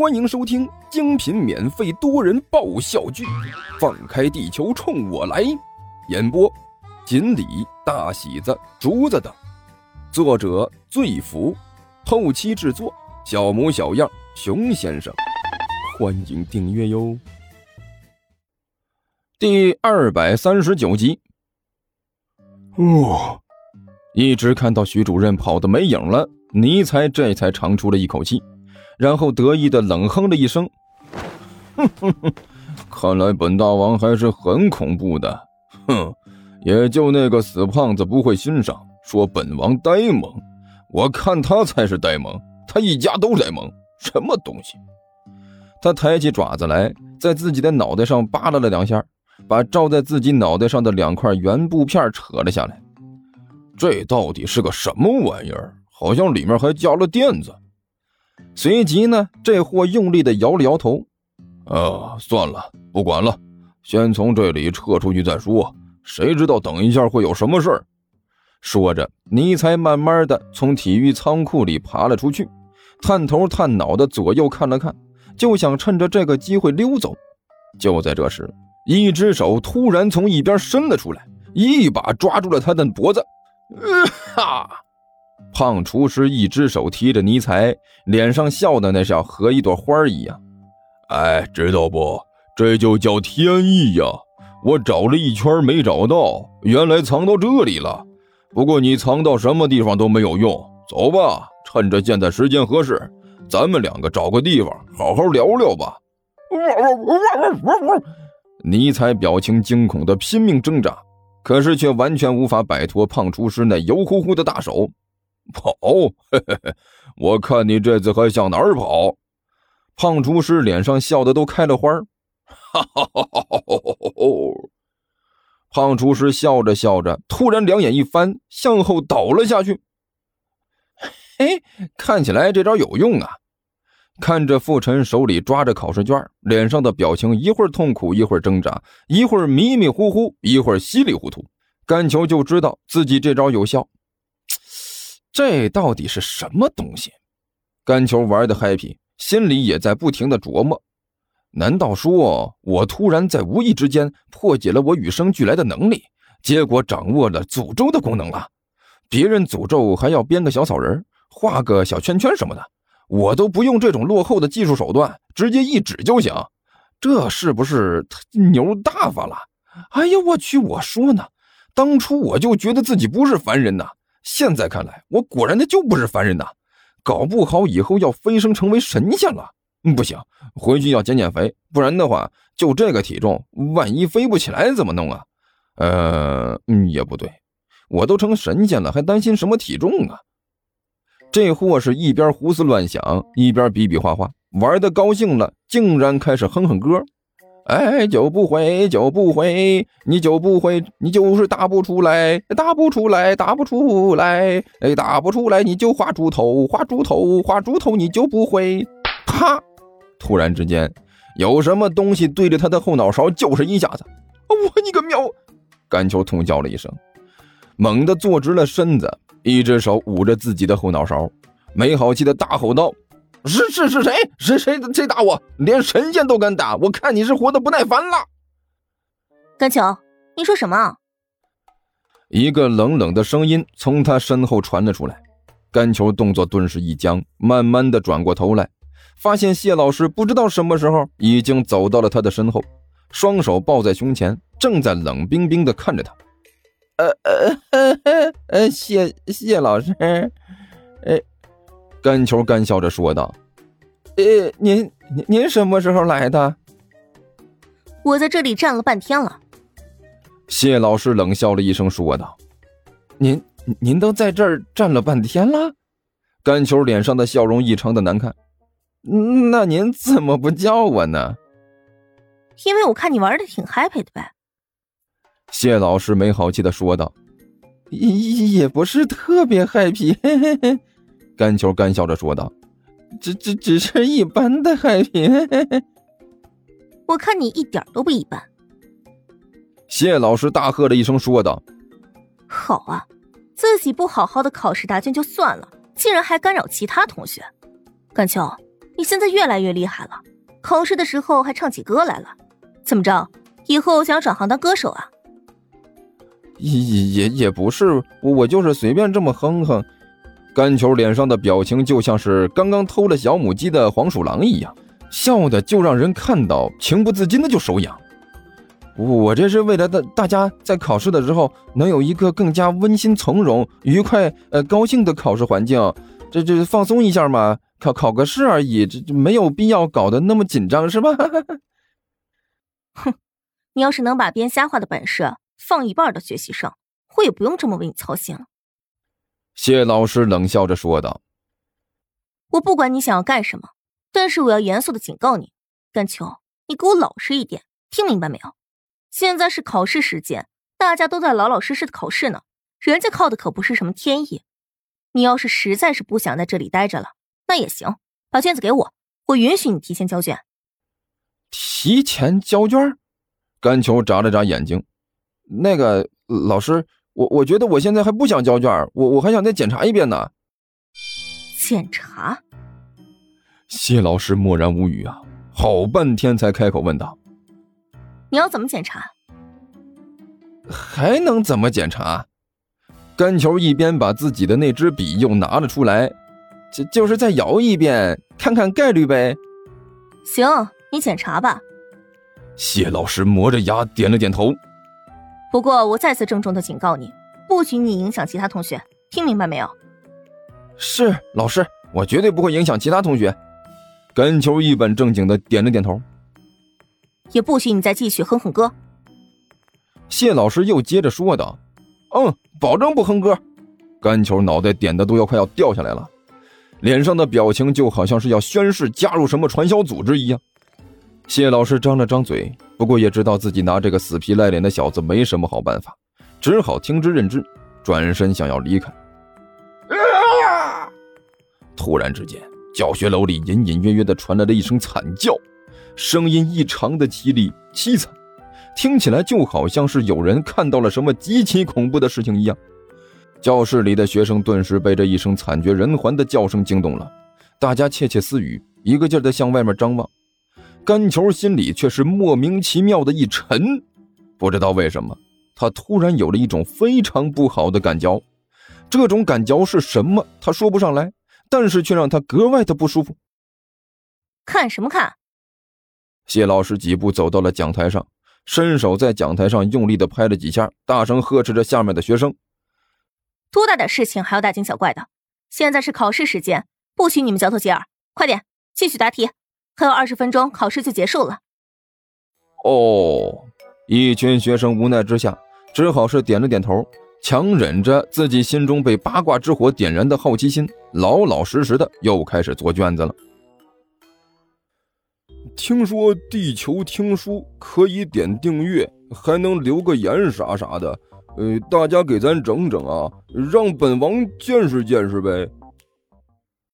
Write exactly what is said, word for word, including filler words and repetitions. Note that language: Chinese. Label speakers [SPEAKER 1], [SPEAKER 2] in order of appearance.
[SPEAKER 1] 欢迎收听精品免费多人爆笑剧《放开地球冲我来》，演播锦鲤、大喜子、竹子等，作者醉福，后期制作小模小样、熊先生。欢迎订阅哟。第二百三十九集。哦，一直看到徐主任跑得没影了，尼才这才长出了一口气，然后得意地冷哼了一声，哼哼哼，看来本大王还是很恐怖的，哼，也就那个死胖子不会欣赏，说本王呆萌，我看他才是呆萌，他一家都呆萌，什么东西。他抬起爪子来，在自己的脑袋上扒拉了两下，把罩在自己脑袋上的两块圆布片扯了下来。这到底是个什么玩意儿？好像里面还加了垫子。随即呢，这货用力地摇了摇头，啊，算了，不管了，先从这里撤出去再说，谁知道等一下会有什么事儿。说着，尼才慢慢地从体育仓库里爬了出去，探头探脑的左右看了看，就想趁着这个机会溜走。就在这时，一只手突然从一边伸了出来，一把抓住了他的脖子。呃哈！胖厨师一只手提着尼才，脸上笑的那像和一朵花一样。哎，知道不？这就叫天意呀！我找了一圈没找到，原来藏到这里了。不过你藏到什么地方都没有用，走吧，趁着现在时间合适，咱们两个找个地方好好聊聊吧。尼才表情惊恐的拼命挣扎，可是却完全无法摆脱胖厨师那油乎乎的大手。跑，嘿嘿嘿，我看你这次还向哪儿跑？胖厨师脸上笑得都开了花。哈哈哈哈哈哈！胖厨师笑着笑着，突然两眼一翻，向后倒了下去。嘿，看起来这招有用啊！看着傅晨手里抓着考试卷，脸上的表情一会儿痛苦，一会儿挣扎，一会儿迷迷糊糊，一会儿稀里糊涂，甘球就知道自己这招有效。这到底是什么东西？甘球玩得 happy， 心里也在不停地琢磨，难道说我突然在无意之间破解了我与生俱来的能力，结果掌握了诅咒的功能了？别人诅咒还要编个小草人，画个小圈圈什么的，我都不用这种落后的技术手段，直接一指就行，这是不是牛大发了？哎呀，我去，我说呢，当初我就觉得自己不是凡人呐，现在看来我果然的就不是凡人呐，搞不好以后要飞升成为神仙了。不行，回去要减减肥，不然的话就这个体重，万一飞不起来怎么弄啊？呃嗯，也不对，我都成神仙了，还担心什么体重啊？这货是一边胡思乱想，一边比比划划，玩得高兴了，竟然开始哼哼歌。哎，就不会就不会，你就不会，你就是打不出来，打不出来，打不出来，哎，打不出来，你就画猪头，画猪头，画猪头，你就不会。啪！突然之间，有什么东西对着他的后脑勺就是一下子。我你个喵！甘球痛叫了一声，猛地坐直了身子，一只手捂着自己的后脑勺，没好气的大吼道：是是是谁？是谁谁打我？连神仙都敢打，我看你是活得不耐烦了。
[SPEAKER 2] 甘球，你说什么？
[SPEAKER 1] 一个冷冷的声音从他身后传了出来。甘球动作顿时一僵，慢慢的转过头来，发现谢老师不知道什么时候已经走到了他的身后，双手抱在胸前，正在冷冰冰的看着他。呃呃呃呃，谢谢老师。呃甘球干笑着说道：呃，您您什么时候来的？
[SPEAKER 2] 我在这里站了半天了。
[SPEAKER 1] 谢老师冷笑了一声说道：您您都在这儿站了半天了？甘球脸上的笑容异常的难看。那您怎么不叫我呢？
[SPEAKER 2] 因为我看你玩的挺 happy 的呗。
[SPEAKER 1] 谢老师没好气的说道：也也不是特别 happy。嘿嘿嘿。甘球干笑着说道：只只只是一般的 happy。
[SPEAKER 2] 我看你一点都不一般。
[SPEAKER 1] 谢老师大喝了一声说道：
[SPEAKER 2] 好啊，自己不好好的考试答卷就算了，竟然还干扰其他同学。甘秋， 你现在越来越厉害了，考试的时候还唱起歌来了。怎么着，以后想要转行当歌手啊？
[SPEAKER 1] 也也也不是，我我就是随便这么哼哼。甘球脸上的表情就像是刚刚偷了小母鸡的黄鼠狼一样，笑的就让人看到情不自禁的就手痒。我这是为了大大家在考试的时候能有一个更加温馨从容、愉快、呃高兴的考试环境，这这放松一下嘛，考考个试而已，这这没有必要搞得那么紧张，是吧？
[SPEAKER 2] 哼，你要是能把编瞎话的本事放一半到学习上，我也不用这么为你操心了。
[SPEAKER 1] 谢老师冷笑着说道：“
[SPEAKER 2] 我不管你想要干什么，但是我要严肃的警告你，甘秋，你给我老实一点，听明白没有？现在是考试时间，大家都在老老实实的考试呢，人家靠的可不是什么天意。你要是实在是不想在这里待着了，那也行，把卷子给我，我允许你提前交卷。”
[SPEAKER 1] 提前交卷？甘球眨了眨眼睛，那个老师，我我觉得我现在还不想交卷，我我还想再检查一遍呢。
[SPEAKER 2] 检查？
[SPEAKER 1] 谢老师默然无语啊，好半天才开口问道：“
[SPEAKER 2] 你要怎么检查？”
[SPEAKER 1] 还能怎么检查？甘球一边把自己的那支笔又拿了出来，就就是再摇一遍，看看概率呗。
[SPEAKER 2] 行，你检查吧。
[SPEAKER 1] 谢老师磨着牙点了点头。
[SPEAKER 2] 不过我再次郑重的警告你，不许你影响其他同学，听明白没有？
[SPEAKER 1] 是，老师，我绝对不会影响其他同学。甘球一本正经的点了点头。
[SPEAKER 2] 也不许你再继续哼哼歌。
[SPEAKER 1] 谢老师又接着说道：“嗯，保证不哼歌。”甘球脑袋点的都要快要掉下来了，脸上的表情就好像是要宣誓加入什么传销组织一样。谢老师张了张嘴，不过也知道自己拿这个死皮赖脸的小子没什么好办法，只好听之任之，转身想要离开。啊！突然之间，教学楼里隐隐约约地传来了一声惨叫，声音异常的凄厉凄惨，听起来就好像是有人看到了什么极其恐怖的事情一样。教室里的学生顿时被这一声惨绝人寰的叫声惊动了，大家窃窃私语，一个劲儿地向外面张望。甘球心里却是莫名其妙的一沉，不知道为什么，他突然有了一种非常不好的感觉。这种感觉是什么，他说不上来，但是却让他格外的不舒服。
[SPEAKER 2] 看什么看？
[SPEAKER 1] 谢老师几步走到了讲台上，伸手在讲台上用力地拍了几下，大声呵斥着下面的学生：“
[SPEAKER 2] 多大点事情还要大惊小怪的？现在是考试时间，不许你们交头接耳，快点继续答题，还有二十分钟考试就结束了。”
[SPEAKER 1] 哦，一群学生无奈之下只好是点了点头，强忍着自己心中被八卦之火点燃的好奇心，老老实实的又开始做卷子了。听说地球听书可以点订阅，还能留个言啥啥的，呃，大家给咱整整啊，让本王见识见识呗。